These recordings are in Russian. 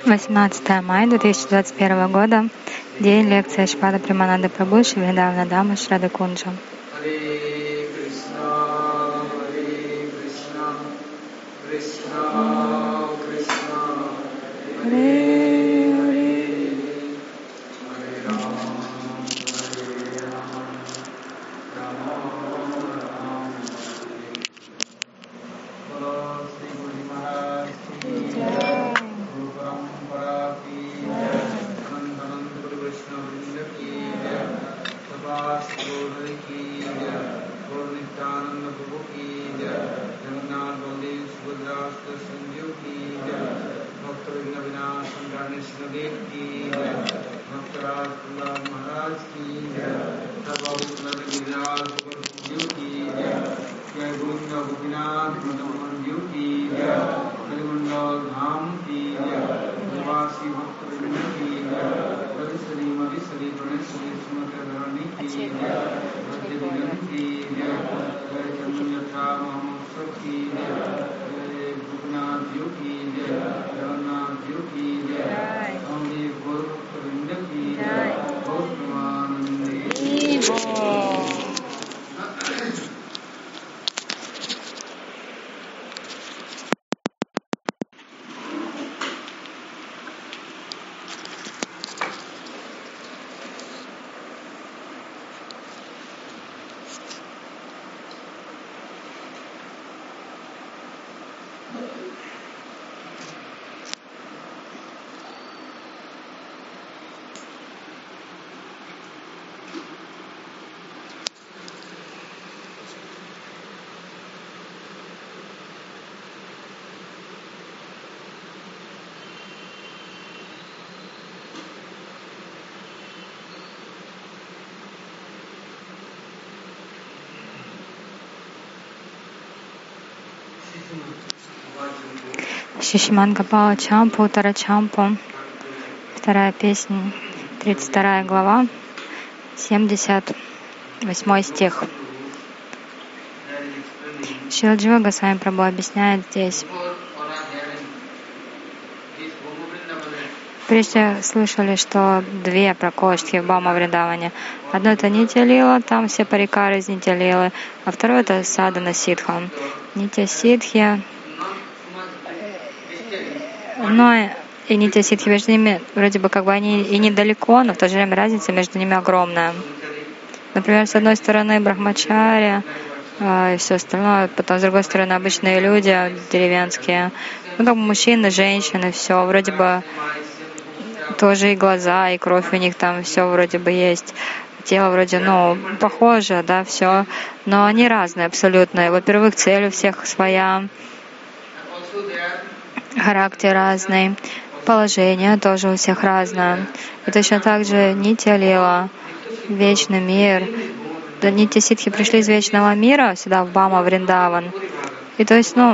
18 мая 2021 года. День лекции Шпада Премананды Прабху Шривриндавана Дама Шрады Кунджа. Hare Krishna, Krishna Krishna, Hare Hare, Hare Rama, Rama Rama, Bolo Shri Guru Maharaj Ki Jai, Guru Parampara Ki Jai, Anand Guru Vishnu Vrinda Ki Jai, Prabhas Guru Ki Jai, Guru Nityananda Prabhu Ki Jai, Jagannath Baldev Subhadra Sanjeev Ki Jai, Bhakta Vigna Vinasham Ganesh Dev Ki Jai, Bhakta Raj Prahlad Maharaj Ki Jai, Prabhu Giriraj Sanjeev Ki Jai, Jai Govinda Gopinath Manju Ki Jai, Kalimandal Dham Ki Jai, Nivasi Bhakta Vigna Ki Jai, Radhisari Madhisari Praneshari Srimati Radharani Ki Jai, Radhe Vigan Ki Jai, Jai Chandrayatra Mahamotsav Ki Jai, Jai Gopinath Ji Ki Jai, Jagannath Ji Ki Jai, Swami Gaur Bhakta Vrinda Ki Jai, Gaur Premanande. Шишиман Гапала Чампу, Тара Чампу, вторая песня, 32 глава, 78 стих. Шрила Джива Госвами Прабху объясняет здесь. Прежде слышали, что две пракоштхи в Бхаума Вриндаване. Одно это Нитья Лила, там все парикары из Нитья Лилы, а второе это Садана Ситха. Нитья Ситхи, но и Нитья Ситхи, между ними вроде бы как бы они и недалеко, но в то же время разница между ними огромная. Например, с одной стороны Брахмачарья и все остальное, потом с другой стороны обычные люди деревенские, ну как бы мужчины, женщины, все вроде бы тоже и глаза, и кровь у них там все вроде бы есть. Тело вроде, похоже, да, все, но они разные абсолютно. Во-первых, цель у всех своя, характер разный, положение тоже у всех разное. И точно так же Нитья Лила, вечный мир. Да, Нитья Ситхи пришли из вечного мира сюда, в Бхаума Вриндаван. И то есть,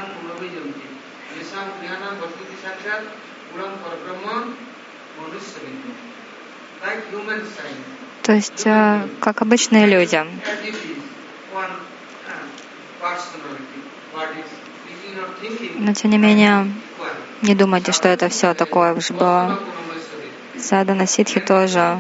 как обычные люди. Но тем не менее, не думайте, что это все такое уж было. Садана Ситхи тоже.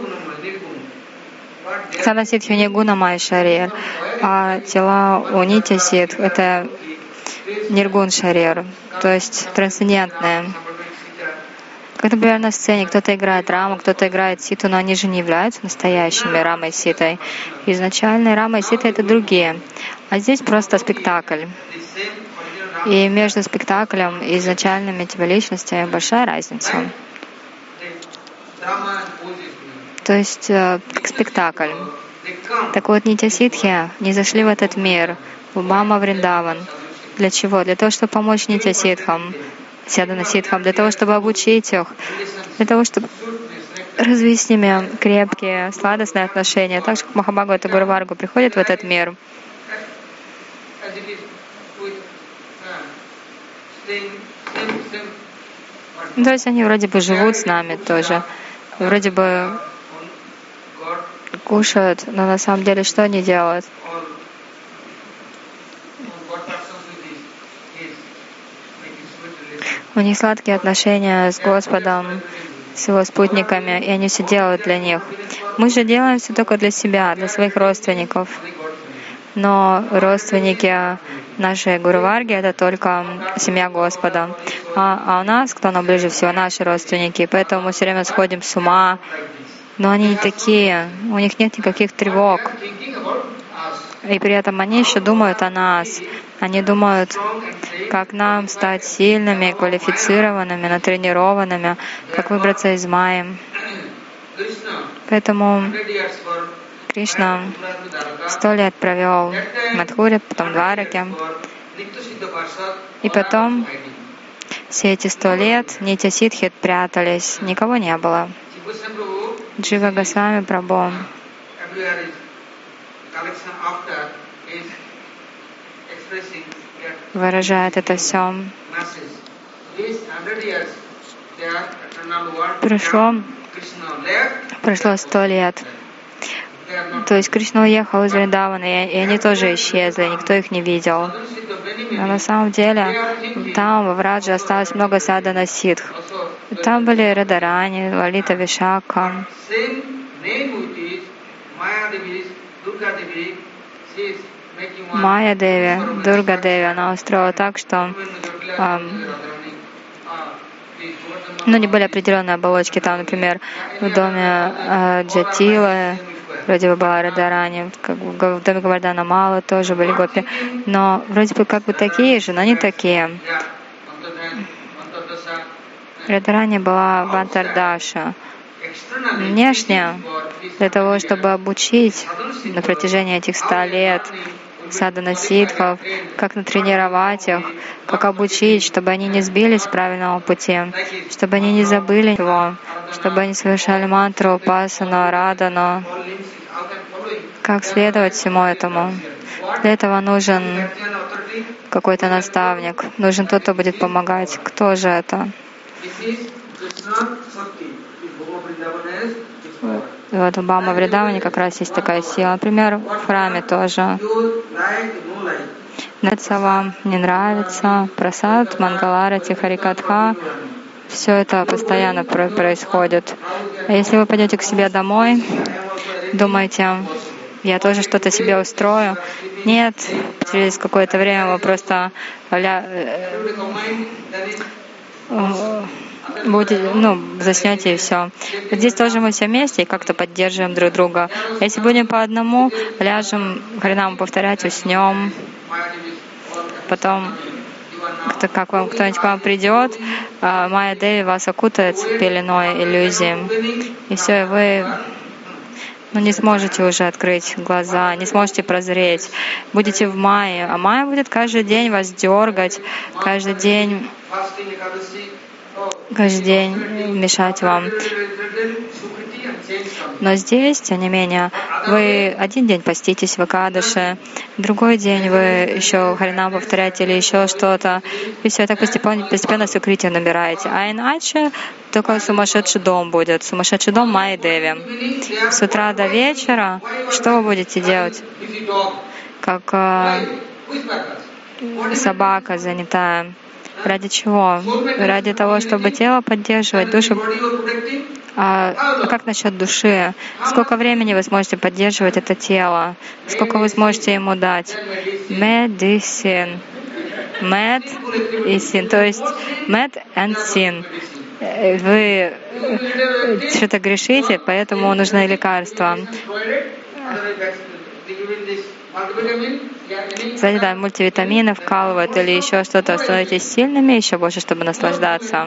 Садана Ситхи не гуна май шарир, а тела у Нитья Ситх — это ниргун шарир, то есть трансцендентные. Как, например, на сцене кто-то играет Раму, кто-то играет Ситу, но они же не являются настоящими Рамой и Ситой. Изначальные Рама и Сита — это другие. А здесь просто спектакль. И между спектаклем и изначальными этими личностями большая разница. То есть, как спектакль. Так вот, Нитья Ситхи не зашли в этот мир, в Бхаума Вриндаван. Для чего? Для того, чтобы помочь Нитья Ситхам, Садана Ситхам, для того, чтобы обучить их, для того, чтобы развить с ними крепкие, сладостные отношения. Так же, как Махабхагавата Гуру Варгу приходит в этот мир, то есть они вроде бы живут с нами тоже, вроде бы кушают, но на самом деле что они делают? У них сладкие отношения с Господом, с Его спутниками, и они все делают для них. Мы же делаем все только для себя, для своих родственников. Но родственники нашей Гуру Варги — это только семья Господа. А у нас, кто нам ближе всего, наши родственники. Поэтому мы все время сходим с ума. Но они не такие, у них нет никаких тревог. И при этом они еще думают о нас. Они думают, как нам стать сильными, квалифицированными, натренированными, как выбраться из майи. Поэтому Кришна 100 лет провел в Мадхуре, потом в Двараке. И потом все эти 100 лет Нитья Сиддхи прятались, никого не было. Джива Госвами Прабху выражает это все. Прошло 100 лет. То есть Кришна уехал из Вриндавана, и они тоже исчезли, никто их не видел. Но на самом деле там, во Врадже, осталось много садхана сиддх. Там были Радарани, Лалита Вишака. Майя Деви, Дурга Деви, она устроила так, что не были определенные оболочки. Там, например, в доме Джатилы вроде бы была Радарани, в доме Гавардхана Мала тоже были гопи. Но вроде бы как бы такие же, но не такие. Радарани была в Антардаше. Внешне, для того, чтобы обучить на протяжении этих 100 лет садхана сиддхов, как натренировать их, как обучить, чтобы они не сбились с правильного пути, чтобы они не забыли его, чтобы они совершали мантру, пасану, арадану. Как следовать всему этому? Для этого нужен какой-то наставник, нужен тот, кто будет помогать. Кто же это? Вот в Бхама Вриндаване как раз есть такая сила. Например, в храме тоже. Нравится вам, не нравится, прасад, мангаларати, харикатха. Все это постоянно происходит. А если вы пойдете к себе домой, думаете, я тоже что-то себе устрою. Нет, через какое-то время вы просто заснете и все. Вот здесь тоже мы все вместе и как-то поддерживаем друг друга. Если будем по одному, ляжем, Харинаму повторять, уснем. Потом кто-нибудь к вам придет, Майя Деви вас окутает пеленой иллюзии. И все, и вы не сможете уже открыть глаза, не сможете прозреть. Будете в майе, а майя будет каждый день вас дергать, каждый день мешать вам. Но здесь, тем не менее, вы один день поститесь в Экадаши, другой день вы еще Харинам повторяете или еще что-то, и все так постепенно сукрити набираете. А иначе только сумасшедший дом будет, сумасшедший дом Майи Деви. С утра до вечера что вы будете делать? Как собака занятая. Ради чего? Ради того, чтобы тело поддерживать, душу. А как насчет души? Сколько времени вы сможете поддерживать это тело? Сколько вы сможете ему дать? Medicine. Med и sin. То есть med and sin. Вы что-то грешите, поэтому нужны лекарства. Кстати, да, мультивитамины вкалывают или еще что-то, становитесь сильными еще больше, чтобы наслаждаться.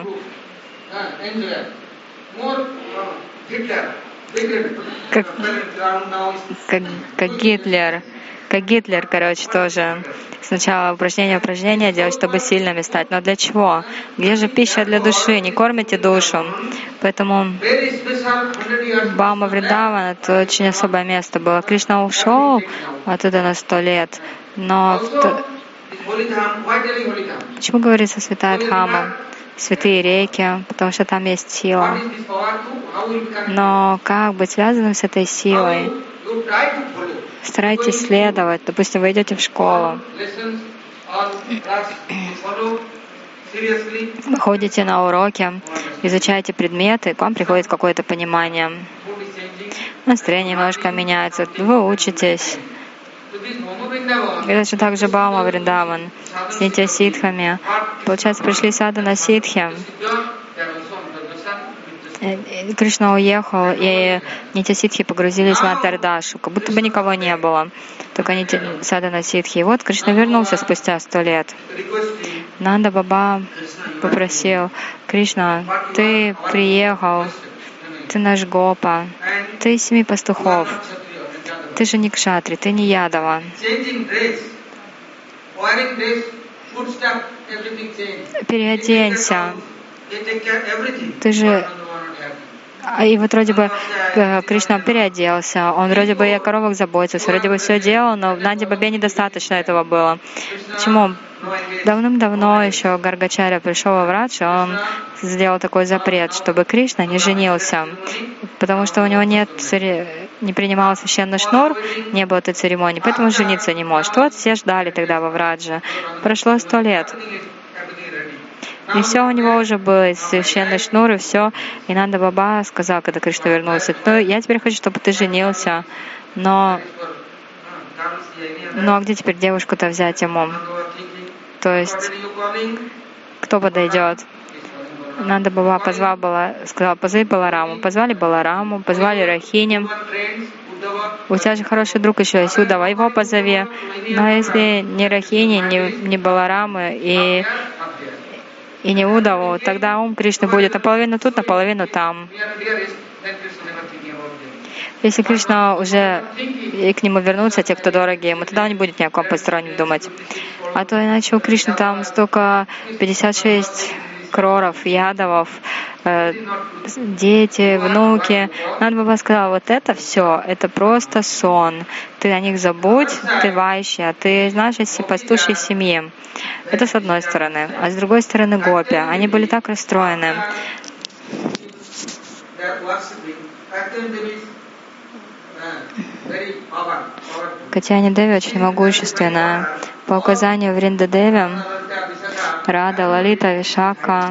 Как Гитлер, короче, тоже. Сначала упражнения делать, чтобы сильными стать. Но для чего? Где же пища для души? Не кормите душу. Поэтому Бхама Вриндаван — это очень особое место было. Кришна ушел оттуда на 100 лет. Но почему говорится святая Дхама? Святые реки, потому что там есть сила. Но как быть связанным с этой силой? Старайтесь следовать. Допустим, вы идете в школу. seriously, ходите на уроки, изучаете предметы, к вам приходит какое-то понимание. food is changing. Настроение немножко меняется, вы учитесь. So this Momo Vrindavan, Это же также Бхаума Вриндаван с нитья-ситхами. Получается, пришли садхана ситхи. Siddha, they are also under the sun with the Кришна уехал, и нитья-ситхи погрузились в Антардашу, как будто бы никого не было. Только садхана ситхи. И вот Кришна вернулся спустя 100 лет. requesting Нанда Баба Krishna, попросил: Кришна, ты приехал, ты наш Гопа, ты из 7 пастухов, ты же не Кшатри, ты не Ядава. changing dress, wearing dress, food stuff, everything changed. Переоденься. They take care of everything. Ты же... But no one not happy. И вот вроде бы Кришна переоделся, он вроде бы и о коровах заботился, вроде бы все делал, но в Нанде Бабе недостаточно этого было. Почему? Давным-давно еще Гаргачарья пришел во Враджи, он сделал такой запрет, чтобы Кришна не женился, потому что у него не принимал священный шнур, не было этой церемонии, поэтому жениться не может. Вот все ждали тогда во Враджи. Прошло 100 лет. И все у него уже было, священный шнур, и все. И Нанда Баба сказал, когда Кришна вернулся: ну, я теперь хочу, чтобы ты женился, но а где теперь девушку-то взять ему? То есть, кто подойдет? Нанда Баба сказал: позови Балараму. Позвали Балараму, позвали Рахини. У тебя же хороший друг еще есть, Удава, его позови. Но если не Рахини, не Баларамы и не Удаву, тогда ум Кришны будет наполовину тут, наполовину там. Если Кришна уже и к нему вернутся, те, кто дороги ему, тогда он не будет ни о ком постороннем думать. А то иначе у Кришны там столько 56 кроров, ядовов, дети, внуки. Нанда Баба сказала: вот это все, это просто сон. Ты о них забудь, ты вайшья, ты из нашей пастушьей семьи. Это с одной стороны. А с другой стороны гопи. Они были так расстроены. Катьяни Деви очень могущественная. По указанию Вринда Деви, Рада, Лалита, Вишака,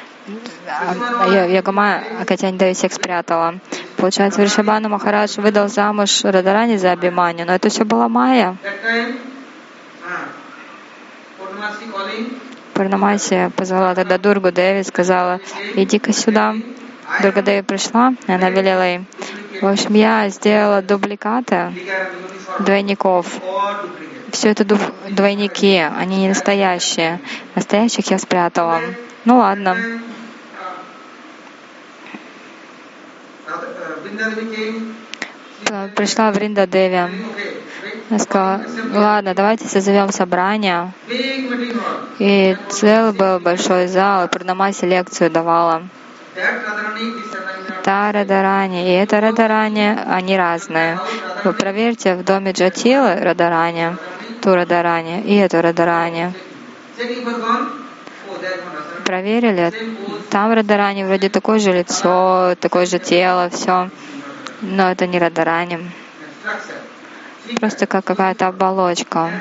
Ягама Катьяни Деви всех спрятала. Получается, Вришабхану Махарадж выдал замуж Радарани за Абхиманью, но это все была майя. Пурнамаси позвала тогда Дургу Деви, сказала: иди-ка сюда. Дурга Деви пришла, и она велела ей: в общем, я сделала дубликаты двойников. Все это двойники, они не настоящие. Настоящих я спрятала. Ну ладно. Пришла Вринда Деви. Она сказала: ладно, давайте созовем собрание. И целый был большой зал, и Пурнамаси лекцию давала. Та Радарани и эта Радарани, они разные. Вы проверьте в доме Джатилы Радарани, ту Радарани и эту Радарани. Проверили, там Радарани вроде такое же лицо, такое же тело, все, но это не Радарани. Просто как какая-то оболочка.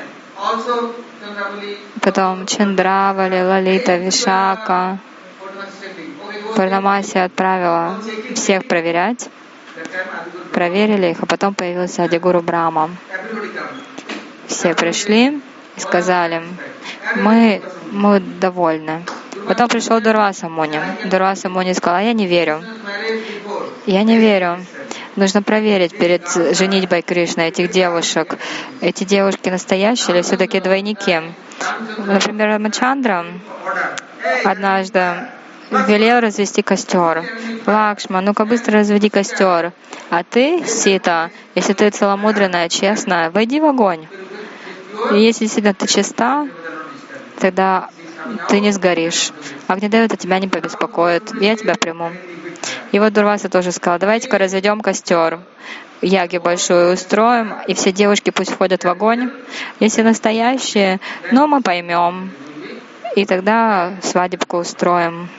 Потом Чандравали, Лалита, Вишака. Пурнамаси отправила всех проверять. Проверили их, а потом появился Адигуру Брахма. Все пришли и сказали: мы довольны. Потом пришел Дурваса Муни. Дурваса Муни сказал: я не верю. Я не верю. Нужно проверить перед женитьбой Кришны этих девушек. Эти девушки настоящие или все-таки двойники? Например, Рамачандра однажды велел развести костер. Лакшма, ну-ка быстро разведи костер. А ты, Сита, если ты целомудренная, честная, войди в огонь. И если действительно ты чиста, тогда ты не сгоришь. Агнидевата тебя не побеспокоит. Я тебя приму. И вот Дурваса тоже сказал: давайте-ка разведем костер, яги большую устроим, и все девушки пусть входят в огонь. Если настоящие, ну мы поймем. И тогда свадебку устроим.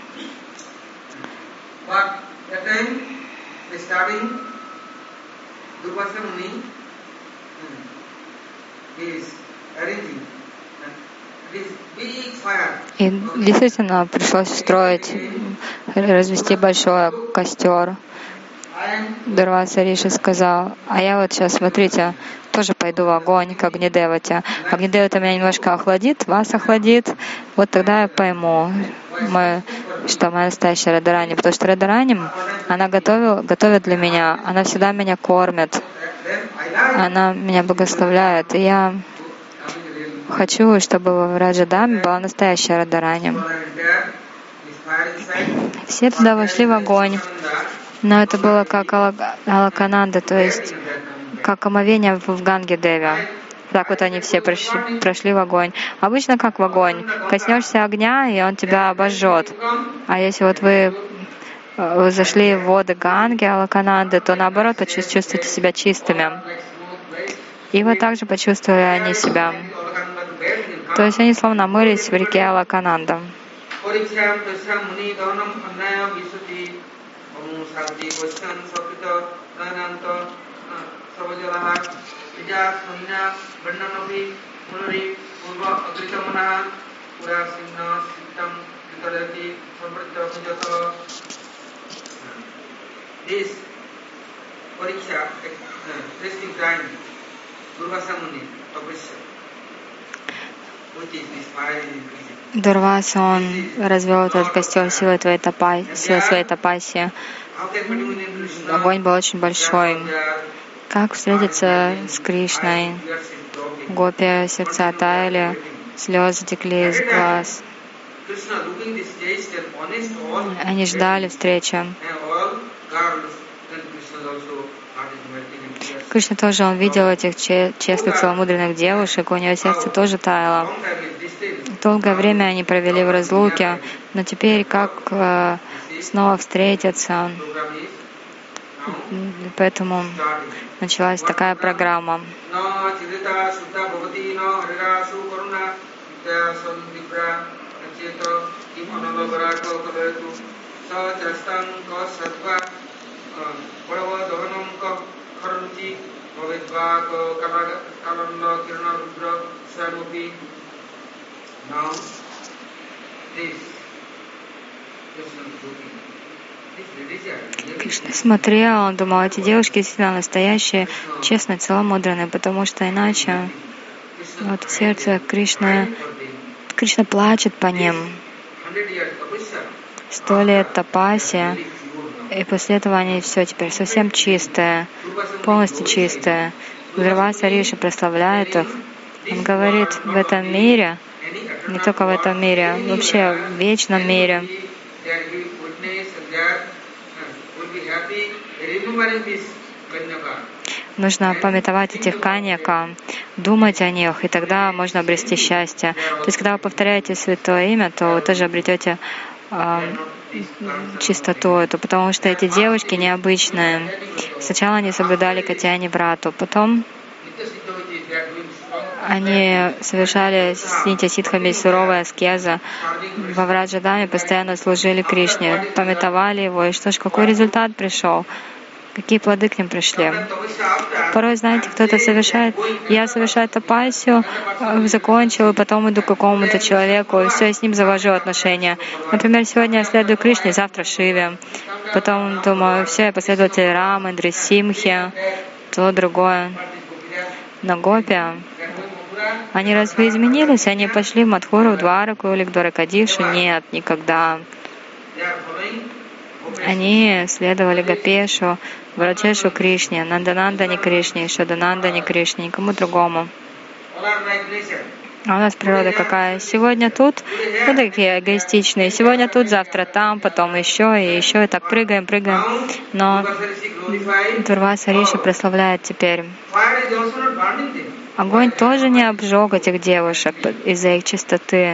И действительно пришлось устроить, развести большой костер. Дурваса Риши сказал: а я вот сейчас, смотрите, тоже пойду в огонь, к Агнидевате. Агнидевата меня немножко охладит, вас охладит. Вот тогда я пойму, что моя настоящая Радарани. Потому что Радарани, она готовит для меня, она всегда меня кормит, она меня благословляет. И я хочу, чтобы в Раджадаме была настоящая Радарани. Все туда вошли в огонь. Но это было как Алакананда, то есть как омовение в Ганге Деве. Так вот они все прошли в огонь. Обычно как в огонь. Коснешься огня, и он тебя обожжет. А если вот вы зашли в воды Ганги, Алакананды, то наоборот почувствуйте себя чистыми. И вот так же почувствовали они себя. То есть они словно мылись в реке Алакананда. Дурваса, он развел этот костер силой своей тапаси. Огонь был очень большой. Как встретиться с Кришной? Гопи сердца таяли, слезы текли из глаз. Они ждали встречи. Кришна тоже, он видел этих честных, целомудренных девушек, у него сердце тоже таяло. Долгое время они провели в разлуке, но теперь как снова встретиться? Поэтому началась такая программа. Кришна смотрел, он думал, эти девушки действительно настоящие, честные, целомудренные, потому что иначе вот сердце Кришна плачет по ним. 100 лет тапаси, и после этого они все теперь совсем чистые, полностью чистые. Дурваса Риши прославляет их. Он говорит, в этом мире, не только в этом мире, вообще в вечном мире, нужно памятовать этих каньяка, думать о них, и тогда можно обрести счастье. То есть, когда вы повторяете святое имя, то вы тоже обретете чистоту эту, потому что эти девушки необычные. Сначала они соблюдали Катьяни Врату, потом они совершали с нитя-ситхами суровая аскеза. Во Враджадаме постоянно служили Кришне, памятовали его, и что ж, какой результат пришел? Какие плоды к ним пришли? Порой, знаете, кто-то совершает, я совершаю тапасию, закончил, и потом иду к какому-то человеку, и все, я с ним завожу отношения. Например, сегодня я следую Кришне, завтра Шиве. Потом думаю, все, я последователь Рамы, Нрисимхи, то другое. Но гопи, они разве изменились? Они пошли в Мадхуру, в Двараку или к Дваракадишу? Нет, никогда. Они следовали Гопешу, Враджешу Кришне, Нанданандане Кришне, Шаданандане Кришне, никому другому. А у нас природа какая? Сегодня тут, мы такие эгоистичные. Сегодня тут, завтра там, потом еще, и так прыгаем. Но Дурваса Риши прославляет теперь. Огонь тоже не обжег этих девушек из-за их чистоты.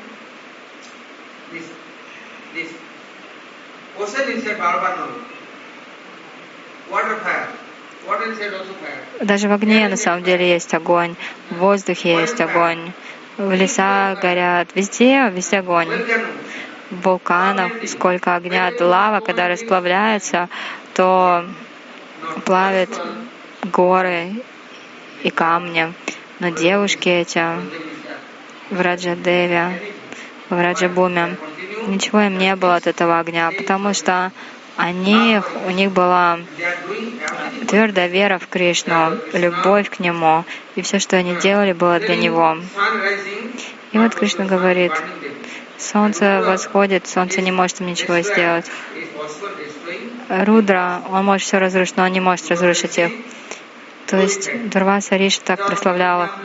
Даже в огне на самом деле есть огонь, в воздухе есть огонь, в лесах горят, везде огонь. В вулканах сколько огня, лава, когда расплавляется, то плавит горы и камни. Но девушки эти, в Раджадеве, в Раджабуме. Ничего им не было от этого огня, потому что у них была твердая вера в Кришну, любовь к Нему, и все, что они делали, было для Него. И вот Кришна говорит, солнце восходит, солнце не может им ничего сделать. Рудра, он может все разрушить, но он не может разрушить их. То есть Дурваса Риши так прославлял их.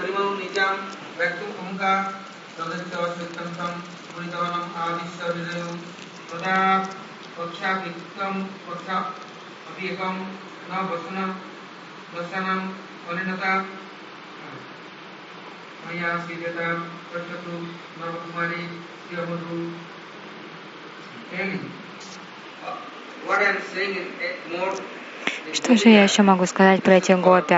Что же я еще могу сказать про этих гопи?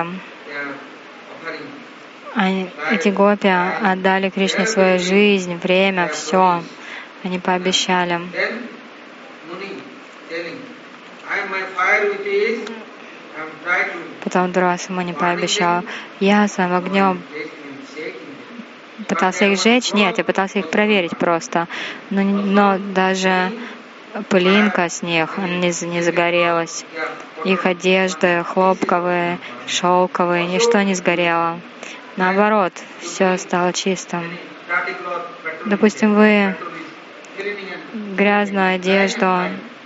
Эти гопи отдали Кришне свою жизнь, время, все. Они пообещали. Потом Дурваса Муни пообещал, я своим огнем пытался их сжечь? Нет, я пытался их проверить просто. Но даже пылинка с них не загорелась. Их одежды хлопковые, шелковые, ничто не сгорело. Наоборот, все стало чистым. Допустим, вы грязную одежду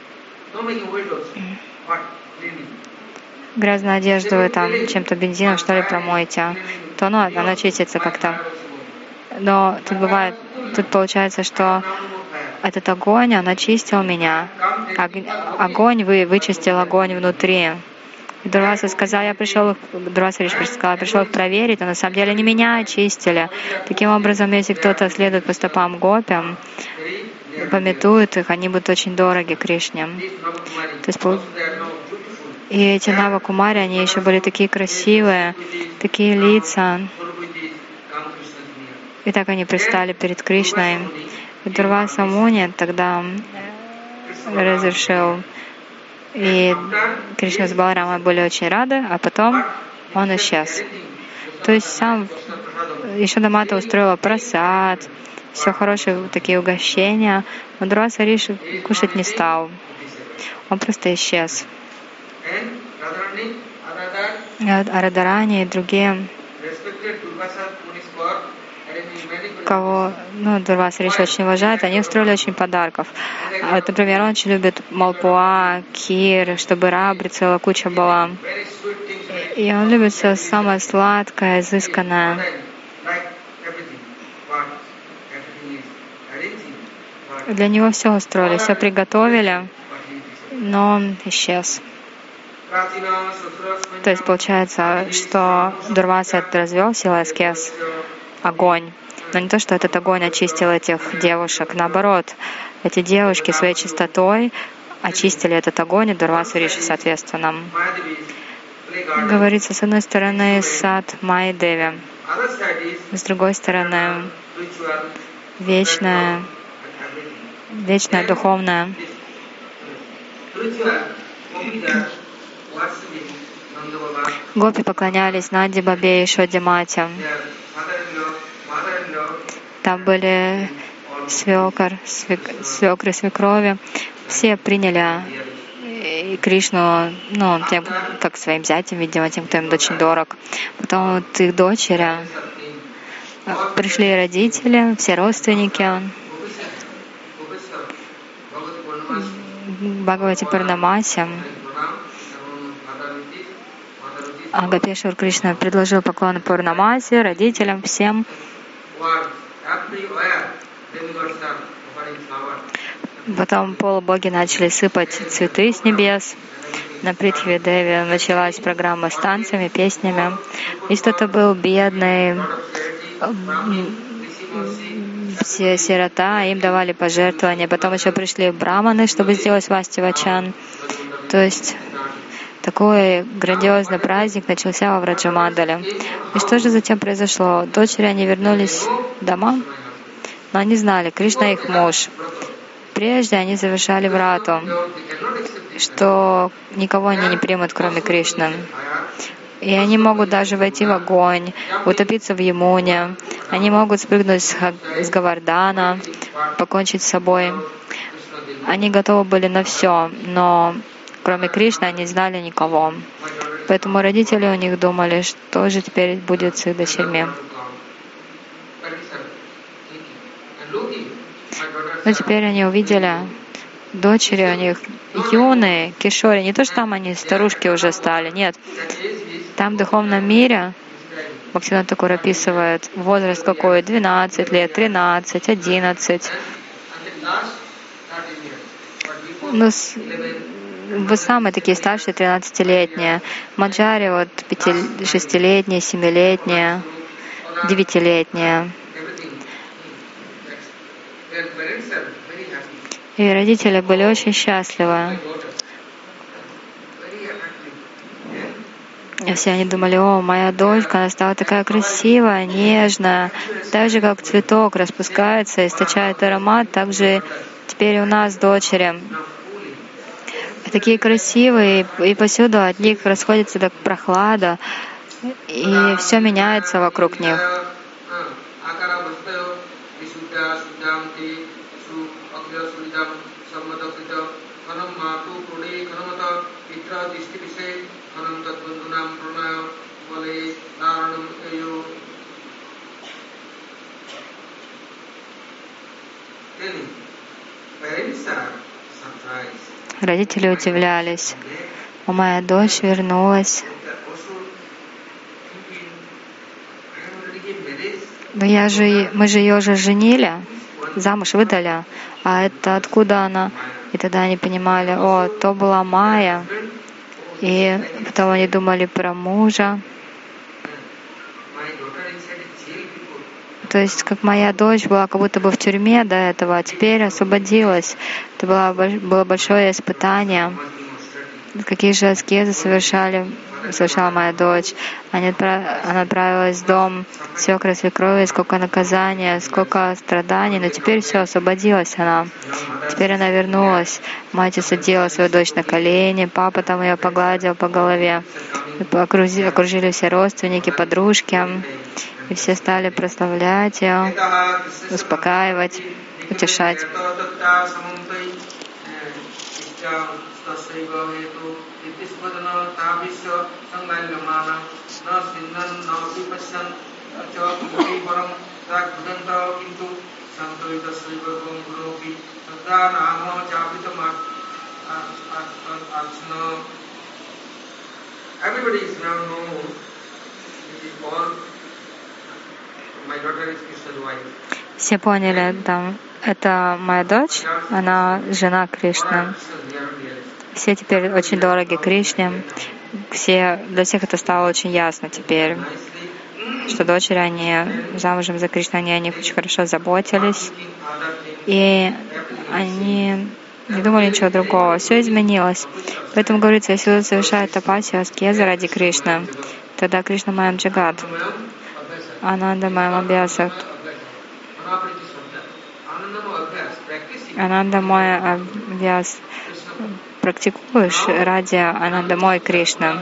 вы там чем-то бензином, что ли, промоете, то оно чистится как-то. Но тут получается, что этот огонь, он очистил меня. Огонь вычистил огонь внутри. Дурваса сказал, Дурваса Риши сказал, я пришел их проверить, но на самом деле они меня очистили. Таким образом, если кто-то следует по стопам гопям, памятует их, они будут очень дороги Кришне. То есть, и эти Навакумари, они еще были такие красивые, такие лица. И так они предстали перед Кришной. И Дурваса Муни тогда разрешил. И Кришна с Баларамой были очень рады, а потом он исчез. То есть сам Ешода-мата устроила прасад, все хорошие такие угощения, но Дурваса Риши кушать не стал. Он просто исчез. А Радарани и другие, кого Дурваса Риши очень уважает, они устроили очень подарков. Вот, например, он очень любит малпуа, кир, чтобы рабри целая куча была. И он любит все самое сладкое, изысканное. Для него все устроили, все приготовили, но он исчез. То есть получается, что Дурваса развел силой аскез, огонь. Но не то, что этот огонь очистил этих девушек. Наоборот, эти девушки своей чистотой очистили этот огонь, и Дурваса Риши соответственно. Говорится, с одной стороны, сад Майя-деви, с другой стороны, вечное духовное. Гопи поклонялись Нанди Бабе и Шоде Мате. Там были свекры, свекрови. Все приняли Кришну, тем, как своим зятем, видимо, тем, кто им очень дорог. Потом вот их дочери, пришли родители, все родственники. Бхагавати Пурнамаси. А Гопешвар Кришна предложил поклоны Пурнамаси, родителям, всем. Потом полубоги начали сыпать цветы с небес. На Притхви-деве началась программа с танцами, песнями. Если кто-то был бедный, все сирота, им давали пожертвования. Потом еще пришли браманы, чтобы сделать свастивачан. То есть такой грандиозный праздник начался во Враджамандале. И что же затем произошло? Дочери, они вернулись домой, но они знали, Кришна их муж. Прежде они совершали врату, что никого они не примут, кроме Кришны. И они могут даже войти в огонь, утопиться в Ямуне, Они могут спрыгнуть с Говардана, покончить с собой. Они готовы были на все, но кроме Кришны они не знали никого. Поэтому родители у них думали, что же теперь будет с их дочерьми. Но теперь они увидели, дочери у них юные, кишори. Не то, что там они старушки уже стали, нет. Там в духовном мире Бхактивинода Тхакур описывает возраст какой, 12 лет, 13, 11. Ну, вы самые такие старшие, 13-летние. Маджари вот 6-летние, 7-летние, 9-летние. И родители были очень счастливы. И все они думали: о, моя дочка, она стала такая красивая, нежная, так же, как цветок распускается, источает аромат, так же теперь у нас дочери. Такие красивые, и повсюду от них расходится так прохлада, и все меняется вокруг них. Родители удивлялись: о, моя дочь вернулась. Но мы же ее уже женили, замуж выдали. А это откуда она? И тогда они понимали: о, то была Майя. И потом они думали про мужа. То есть, как моя дочь была как будто бы в тюрьме до этого, а теперь освободилась. Это было большое испытание. Какие же аскезы совершала моя дочь. Она отправилась в дом свекра, свекрови, сколько наказания, сколько страданий, но теперь все, освободилась она. Теперь она вернулась. Мать усадила свою дочь на колени, папа там ее погладил по голове. Окружили все родственники, подружки. И все стали прославлять ее, успокаивать, утешать. Все поняли, там, это моя дочь, она жена Кришны. Все теперь очень дороги Кришне. Для всех это стало очень ясно теперь, что дочери, они замужем за Кришной, они о них очень хорошо заботились. И они не думали ничего другого. Все изменилось. Поэтому говорится, если кто совершает тапасию, аскезы ради Кришны, тогда Кришна Майям Джагат, Ананда Майям Абхясат. Ананда Майя Абхяс. Практикуешь ради Ананда Мой Кришны.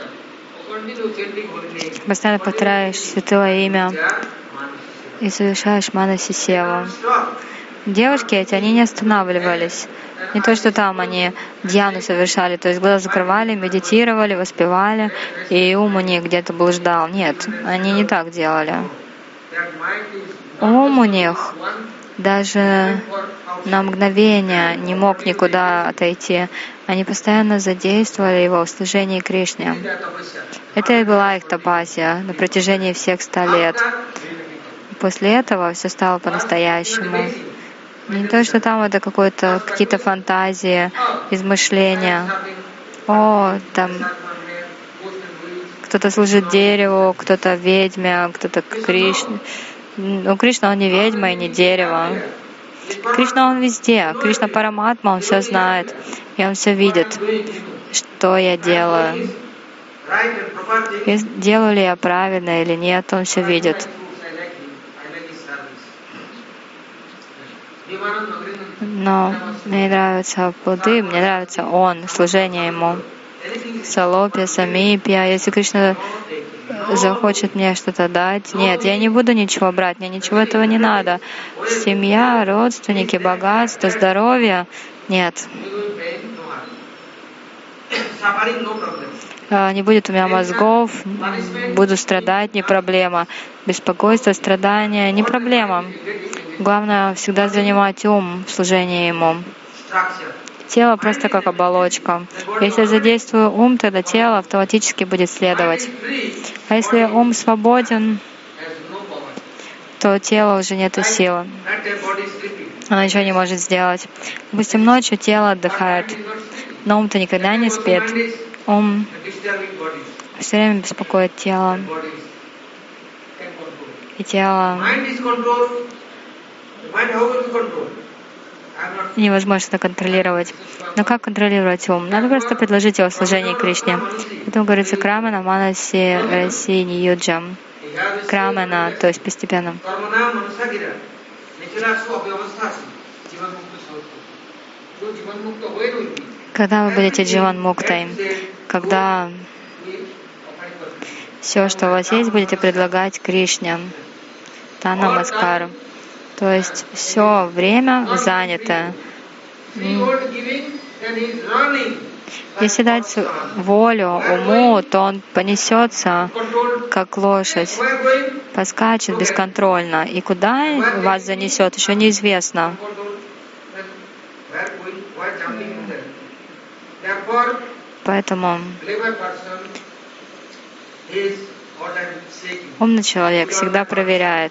Постоянно повторяешь святое имя и совершаешь манаси севу. Девушки эти, они не останавливались. Не то, что там они дьяну совершали, то есть глаза закрывали, медитировали, воспевали, и ум у них где-то блуждал. Нет, они не так делали. Ум у них даже на мгновение не мог никуда отойти. Они постоянно задействовали его в служении Кришне. Это и была их тапасия на протяжении всех 100 лет. После этого все стало по-настоящему. Не то, что там это какие-то фантазии, измышления. О, там кто-то служит дереву, кто-то ведьме, кто-то Кришне. Ну, Кришна, он не ведьма и не дерево. Кришна, он везде. Кришна Параматма, он все знает. И он все видит, что я делаю. И делаю ли я правильно или нет, он все видит. Но мне нравятся плоды, мне нравится он, служение ему. Салопия, Самипья. Если Кришна захочет мне что-то дать. Нет, я не буду ничего брать, мне ничего этого не надо. Семья, родственники, богатство, здоровье. Нет. Не будет у меня мозгов, буду страдать, не проблема. Беспокойство, страдания, не проблема. Главное всегда занимать ум в служении ему. Тело просто как оболочка. Если я задействую ум, тогда тело автоматически будет следовать. А если ум свободен, то тело уже нет силы. Оно ничего не может сделать. Допустим, ночью тело отдыхает, но ум-то никогда не спит. Ум все время беспокоит тело. И тело невозможно это контролировать. Но как контролировать ум? Надо просто предложить его в служении Кришне. Поэтому говорится крамана, манаси, раси, ниюджам. Крамана, то есть постепенно. Когда вы будете дживан муктой, когда все, что у вас есть, будете предлагать Кришне, Танамаскар. То есть все время занято. Если дать волю уму, то он понесется, как лошадь, поскачет бесконтрольно. И куда вас занесет, еще неизвестно. Поэтому умный человек всегда проверяет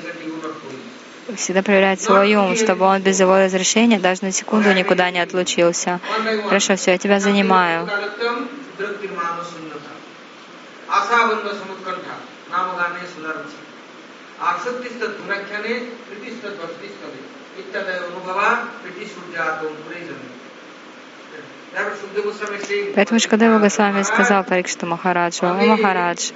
свой ум, чтобы он без его разрешения даже на секунду никуда не отлучился. Хорошо, все, я тебя занимаю. Поэтому Шукадева Госвами сказал Парикшиту Махараджу: «О Махарадж,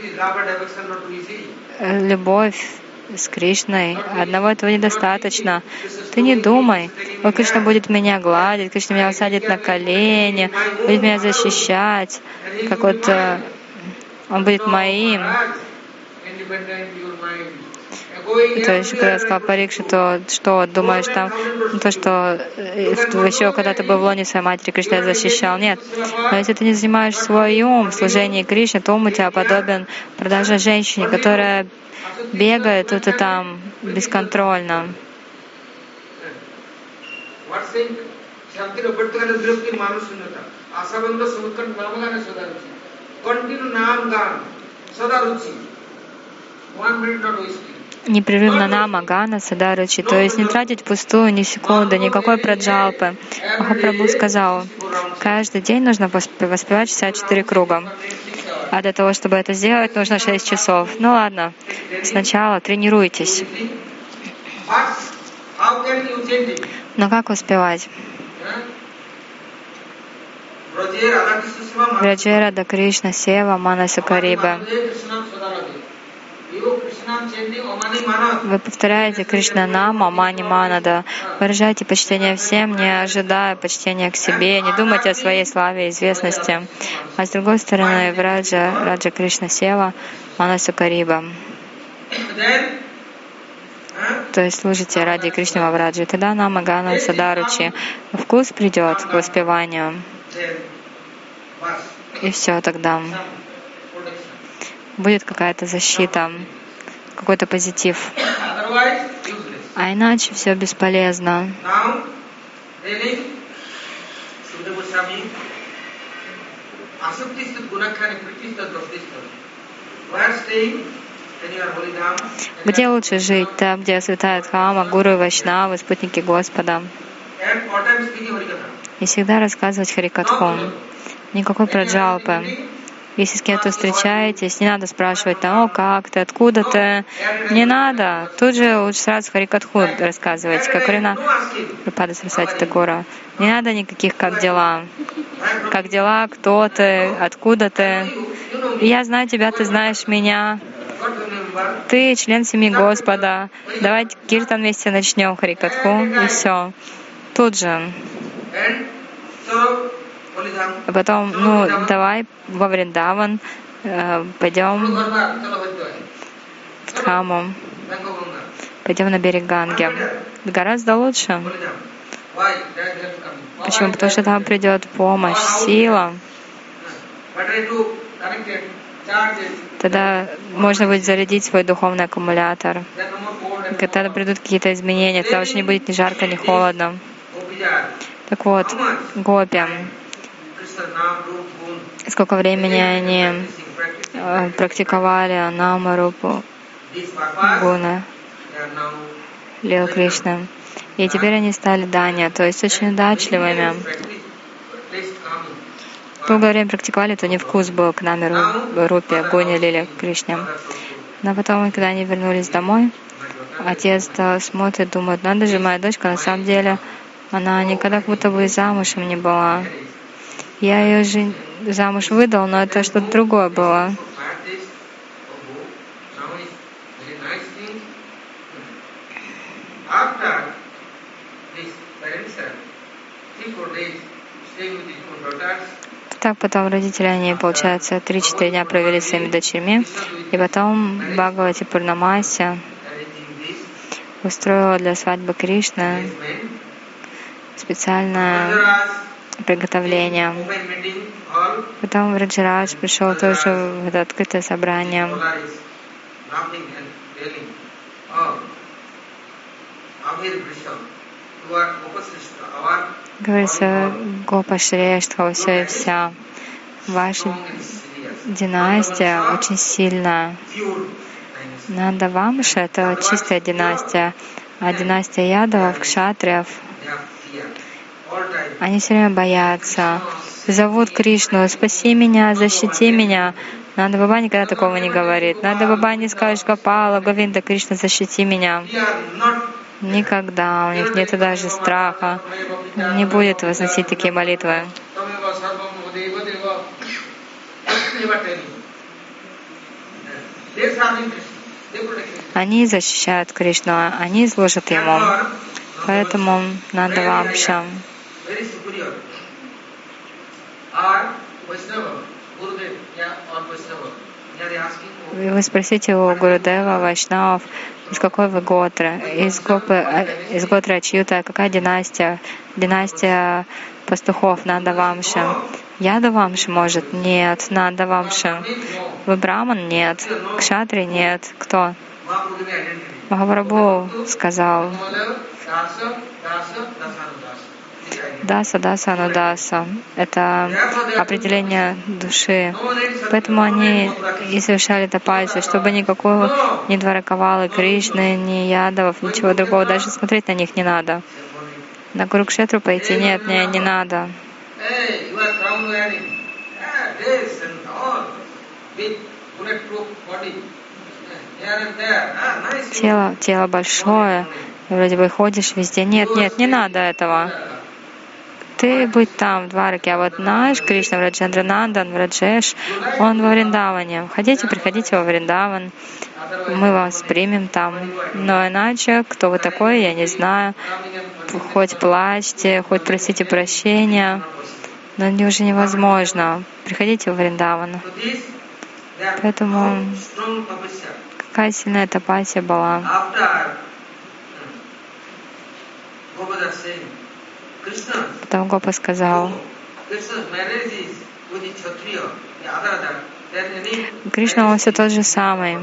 любовь с Кришной, одного этого недостаточно. Ты не думай, вот Кришна будет меня гладить, Кришна меня усадит на колени, будет меня защищать, как вот он будет моим». То есть, когда я сказал Парикшиту, что думаешь там, то, что еще когда ты был в лоне своей матери, Кришна защищал. Нет. Но если ты не занимаешь свой ум в служении Кришне, то ум у тебя подобен продаже женщине, которая бегает тут и там бесконтрольно. Непрерывно нама, гана, садаручи, то есть не тратить пустую ни секунды, никакой праджалпы. Махапрабху сказал, каждый день нужно воспевать 64 круга. А для того, чтобы это сделать, нужно 6 часов. Ну ладно, сначала тренируйтесь. Но как успевать? Враджа Рада Кришна Сева Манаса Кариба. Вы повторяете Кришна Нама, Мани Манада, выражайте почтение всем, не ожидая почтения к себе, не думайте о своей славе и известности. А с другой стороны, Раджа Кришна Сева, Манаса Кариба. То есть служите ради Кришны Мавраджи. Тогда Нама Гана Садаручи. Вкус придет к воспеванию. И все тогда. Будет какая-то защита, какой-то позитив. А иначе все бесполезно. Где лучше жить? Там, где святая Дхама, гуру и вайшнавы, спутники Господа. И всегда рассказывать Харикатху. Никакой праджалпы. Если с кем-то встречаетесь, не надо спрашивать, там, о, как ты, откуда ты. Не надо. Тут же лучше сразу Харикатху рассказывать, как Рина Прабхупада Сарасвати Такура. Не надо никаких «как дела». Как дела, кто ты, откуда ты. Я знаю тебя, ты знаешь меня. Ты член семьи Господа. Давайте киртан вместе начнем, Харикатху, и все. Тут же. А потом, давай во Вриндаван, пойдем к храму, пойдем на берег Ганги. Гораздо лучше. Почему? Потому что там придет помощь, сила. Тогда можно будет зарядить свой духовный аккумулятор. Когда придут какие-то изменения, тогда уже не будет ни жарко, ни холодно. Так вот, гопи, сколько времени они практиковали Нама Рупу Гуна Лила Кришны. И теперь они стали данья, то есть очень удачливыми. Долгое время практиковали, то не вкус был к Наме Рупе Гуне Лиле Кришне. Но потом, когда они вернулись домой, отец смотрит, думает, надо же, моя дочка, на самом деле, она никогда как будто бы замужем не была. Я ее же замуж выдал, но это что-то другое было. Так потом родители, они, получается, 3-4 дня провели с своими дочерьми, и потом Бхагавати Пурнамаси устроила для свадьбы Кришны специальное приготовление. Потом Враджарадж пришел тоже в это открытое собрание. Говорится, Гопа Шрештха, все и вся. Ваша династия очень сильная. Нанда Вамша — это чистая династия, а династия Ядавов, Кшатриев, они все время боятся. Зовут Кришну: спаси меня, защити меня. Нанда Баба никогда такого не говорит. Нанда Баба не скажет: Гопала, Говинда, Кришна, защити меня. Никогда. У них нет даже страха. Не будет возносить такие молитвы. Они защищают Кришну, они служат Ему. Поэтому Нанда Вамша. Вы спросите у Гурудева, Вайшнавов, из какой вы готры? Из готры Ачьюта. Какая династия? Династия пастухов Нанда Вамша. Яда Вамша, может? Нет. Нанда Вамша. Вы браман? Нет. Кшатри? Нет. Кто? Махапрабху сказал: Даса, даса, анудаса. Это определение души. Поэтому они и совершали тапасию, чтобы никакого ни Двараковалы, Кришны, ни Ядавов, ничего другого. Даже смотреть на них не надо. На Курукшетру пойти нет, не надо. Тело большое, вроде бы ходишь везде. Нет, не надо этого. Ты будь там, в Двараке, а вот наш Кришна, Враджендранандан, Враджеш, он во Вриндаване. Приходите во Вриндаван, мы вас примем там. Но иначе, кто вы такой, я не знаю. Хоть плачьте, хоть просите прощения, но это уже невозможно. Приходите во Вриндаван. Поэтому какая сильная тапасия была. Потом Гопа сказал: Кришна, он все тот же самый.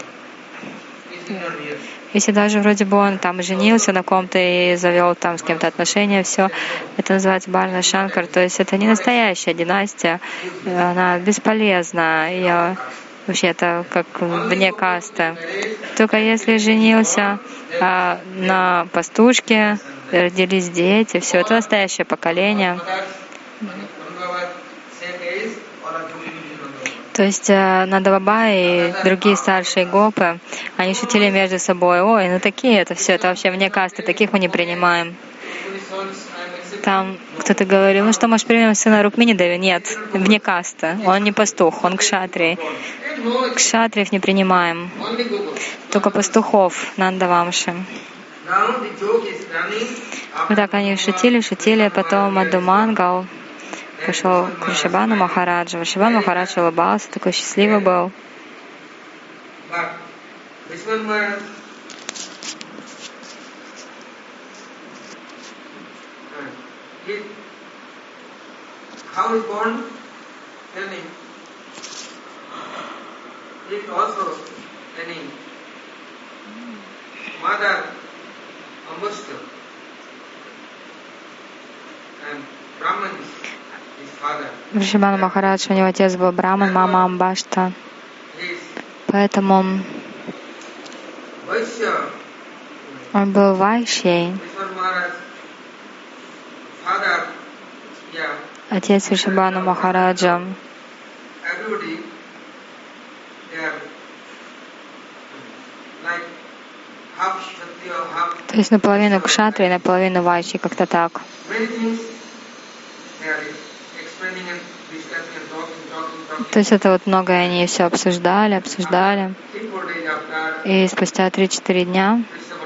Если даже вроде бы он там женился на ком-то и завел там с кем-то отношения, все это называется Барна Шанкар, то есть это не настоящая династия, она бесполезна. Вообще это как вне касты. Только если женился на пастушке, родились дети, все это настоящее поколение. То есть Нанда Баба и другие старшие гопы, они шутили между собой: ой, ну такие это все, это вообще вне касты, таких мы не принимаем. Там кто-то говорил: ну что, может, примем сына Рукмини Деви? Нет, вне касты, он не пастух, он кшатрий. Кшатриев не принимаем, только пастухов Нанда Вамши. Вот так они шутили, потом Мадхумангал пошел к Вришабхану Махараджу. Вришабхан Махарадж улыбался, такой счастливый был. Вришабхан Махарадж, у него отец был Браман, мама Амбашта. Поэтому он был вайшей. Отец Вришабхана Махараджа. То есть наполовину кшатри, наполовину вайши, как-то так. То есть это вот многое они все обсуждали. И спустя 3-4 дня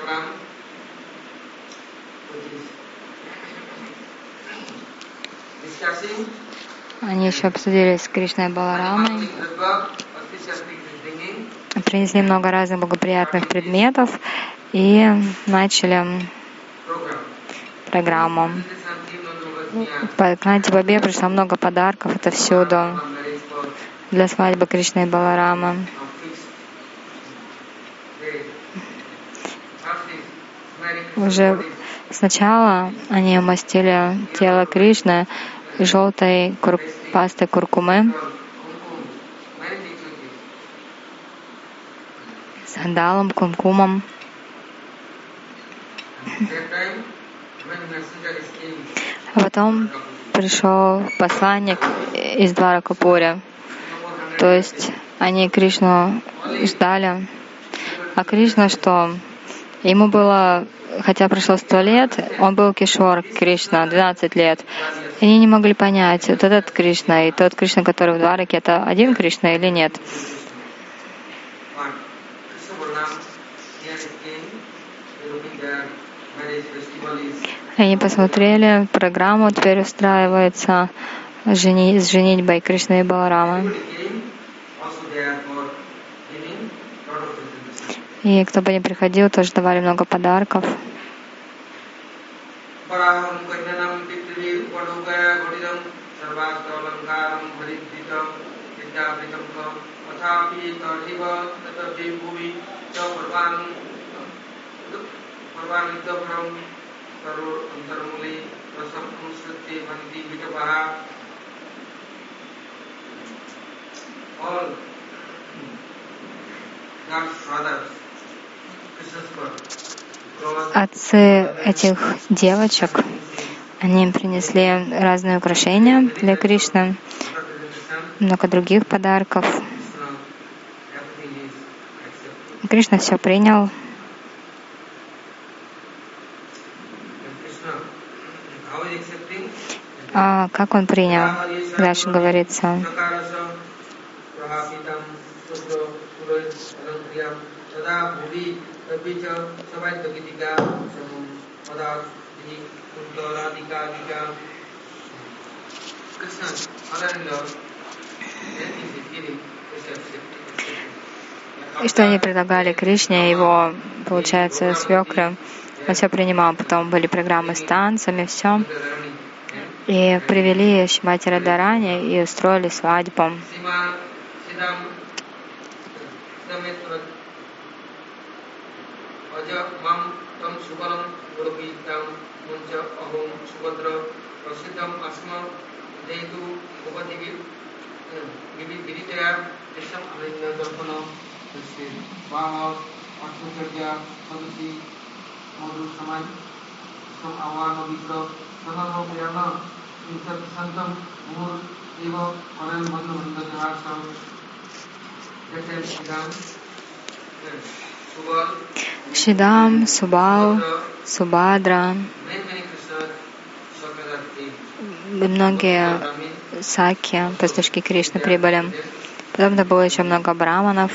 они еще обсудили с Кришной Баларамой, принесли много разных благоприятных предметов и начали программу. По Канати Бабе пришло много подарков, это всюду, для свадьбы Кришны и Баларамы. Уже сначала они умастили тело Кришны желтой пастой куркумы, сандалом, кумкумом. А потом пришел посланник из Дваракапури. То есть они Кришну ждали. А Кришна что? Ему было, хотя прошло 100 лет, он был Кишор Кришна, 12 лет. И они не могли понять, вот этот Кришна и тот Кришна, который в Двараке, это один Кришна или нет. Они посмотрели, программу теперь устраивается с женитьбой Кришны и Баларамы. И кто бы ни приходил, тоже давали много подарков. Отцы этих девочек, они им принесли разные украшения для Кришны, много других подарков. Кришна все принял. А как он принял? Дальше говорится. И что они предлагали Кришне, его, получается, свекры. Он все принимал. Потом были программы с танцами, все. И привели Шримати Радхарани и устроили свадьбу. Шидам, Субал, Субадра, многие саки, пастушки Кришны прибыли. Потом там было еще много браманов.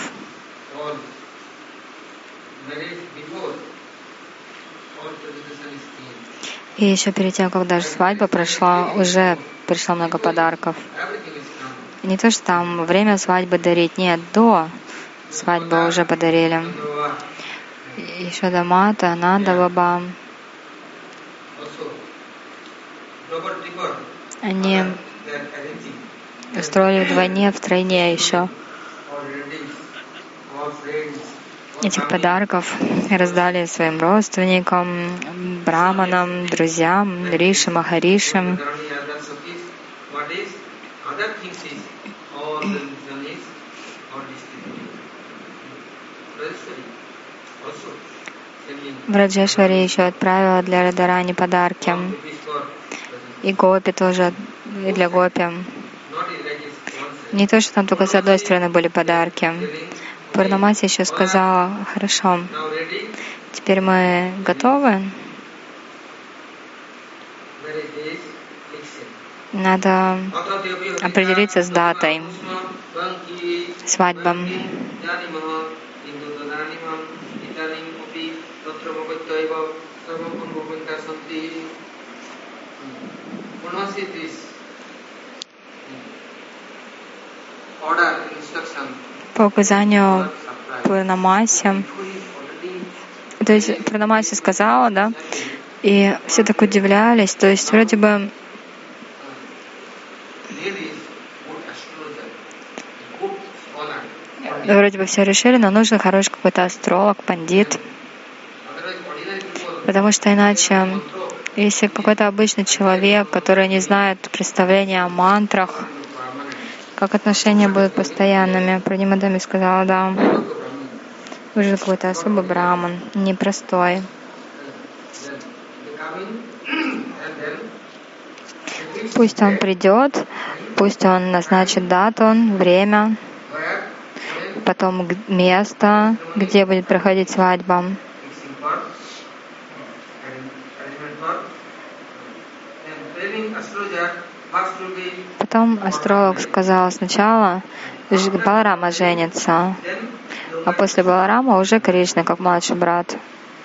И еще перед тем, как даже свадьба прошла, уже пришло много подарков. Не то, что там во время свадьбы дарить, нет, до свадьбы уже подарили. Ешода Мата, Нанда Баба. Они устроили вдвойне, втройне еще этих подарков и раздали своим родственникам, браманам, друзьям, риши, махаришам. Враджешвари еще отправила для Радарани подарки. И Гопи тоже, и для Гопи. Не то, что там только с одной стороны были подарки. Пурнамаси еще сказала: хорошо, теперь мы готовы. Надо определиться с датой свадьбы. По указанию Пурнамаси, то есть Пурнамаси сказала, да, и все так удивлялись, то есть вроде бы все решили, но нужен хороший какой-то астролог, пандит, потому что иначе, если какой-то обычный человек, который не знает представления о мантрах, как отношения будут постоянными. Пранимадами сказала: да, нужен какой-то особый браман, непростой. Пусть он придет, пусть он назначит дату, время, потом место, где будет проходить свадьба. Потом астролог сказал: сначала Баларама женится, а после Баларама уже Кришна, как младший брат.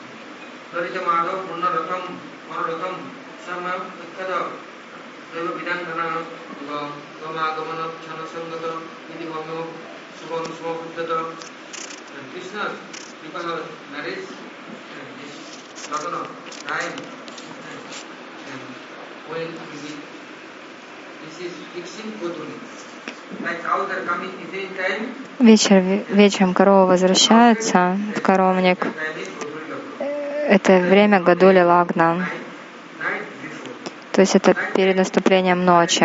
Вечером корова возвращается в коровник. Это время Гадули Лагна. То есть это перед наступлением ночи.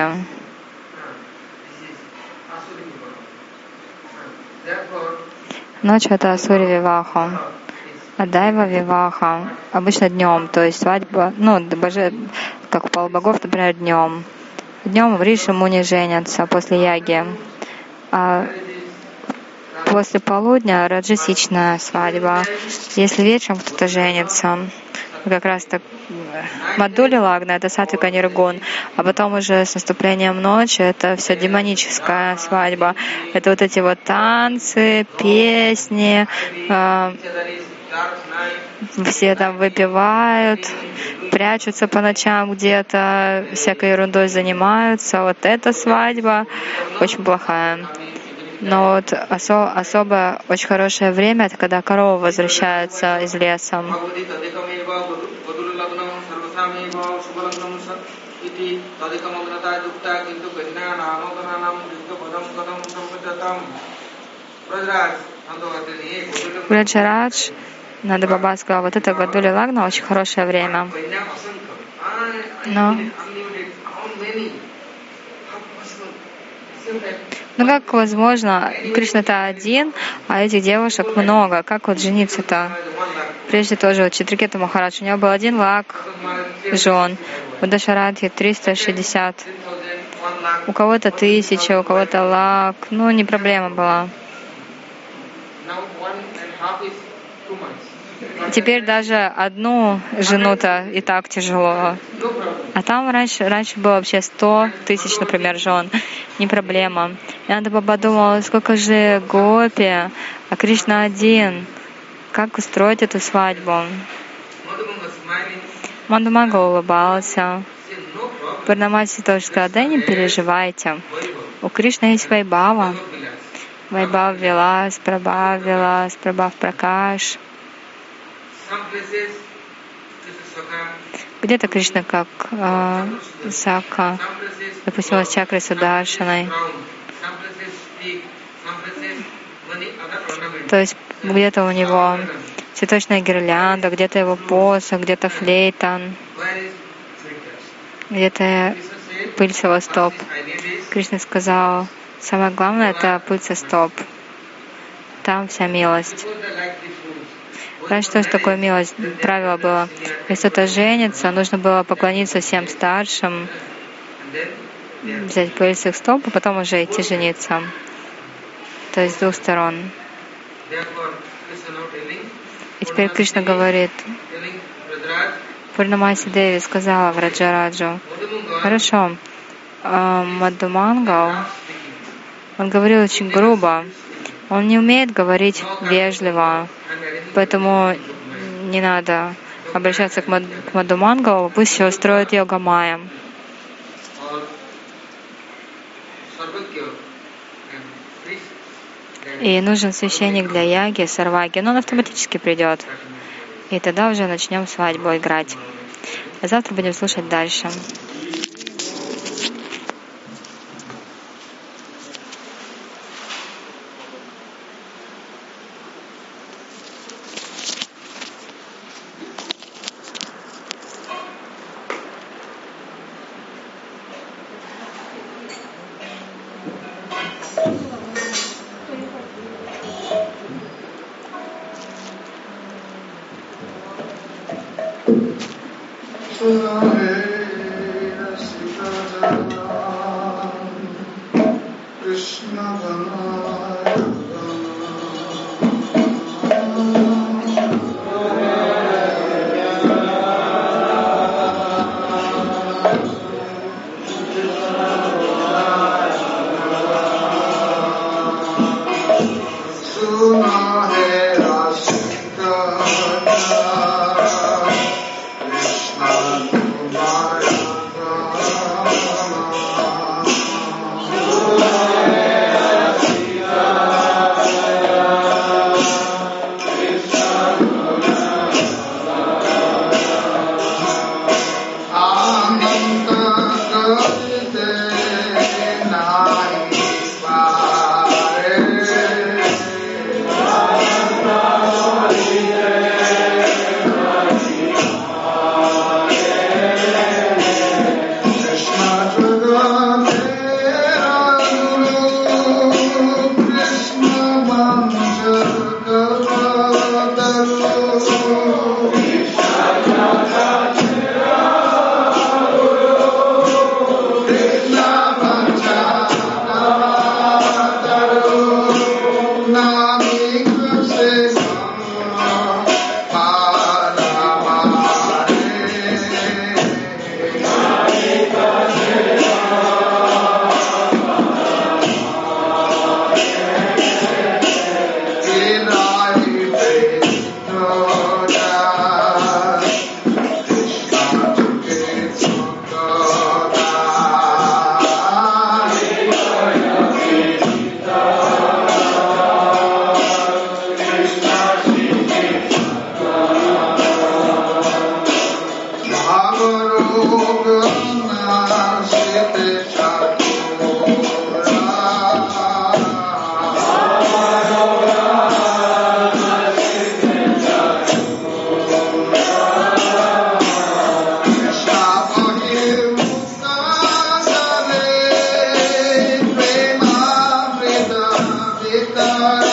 Ночь — это Асури Виваха, а Дайва Виваха обычно днем, то есть свадьба, как у полубогов, например, днем. Днем в Риши Муни женятся после яги, а после полудня раджасичная свадьба. Если вечером кто-то женится, как раз так Мадули Лагна — это Сатвика Ниргун, а потом уже с наступлением ночи это все демоническая свадьба. Это вот эти вот танцы, песни, все там выпивают, прячутся по ночам где-то, всякой ерундой занимаются. Вот эта свадьба очень плохая. Но вот особо очень хорошее время — это когда корова возвращается из леса. Враджарадж, Нанда Баба сказал: вот это Гадули Лагна очень хорошее время. Но как возможно, Кришна-то один, а этих девушек много. Как вот жениться-то? Прежде тоже вот Читракета Махарадж, у него был 1 лак жен, у Дашарадхи 360. У кого-то 1000, у кого-то лак. Не проблема была. Теперь даже одну жену-то и так тяжело. А там раньше было вообще 100 000, например, жен. Не проблема. И Нанда Баба думала: сколько же гопи, а Кришна один. Как устроить эту свадьбу? Мадхуманга улыбался. Пурнамаси тоже сказал: да не переживайте. У Кришны есть Вайбхава. Вайбхав Вилас, Прабхав Пракаш. Где-то Кришна как Сакха, допустим, с чакрой Сударшаной. То есть где-то у него цветочная гирлянда, где-то его посох, где-то флейта, где-то пыль с его стоп. Кришна сказал: самое главное — это пыль со стоп. Там вся милость. Раньше тоже такое милость правило было. Если кто-то женится, нужно было поклониться всем старшим, взять пыль с их стоп, а потом уже идти жениться. То есть с двух сторон. И теперь Кришна говорит: Пурнамаси Деви сказала Враджараджу: хорошо, Мадхумангал, он говорил очень грубо, он не умеет говорить вежливо, поэтому не надо обращаться к Мадхумангалу, пусть все устроит Йога-майя. И нужен священник для яги, сарваги, но он автоматически придет. И тогда уже начнем свадьбу играть. А завтра будем слушать дальше. Krishna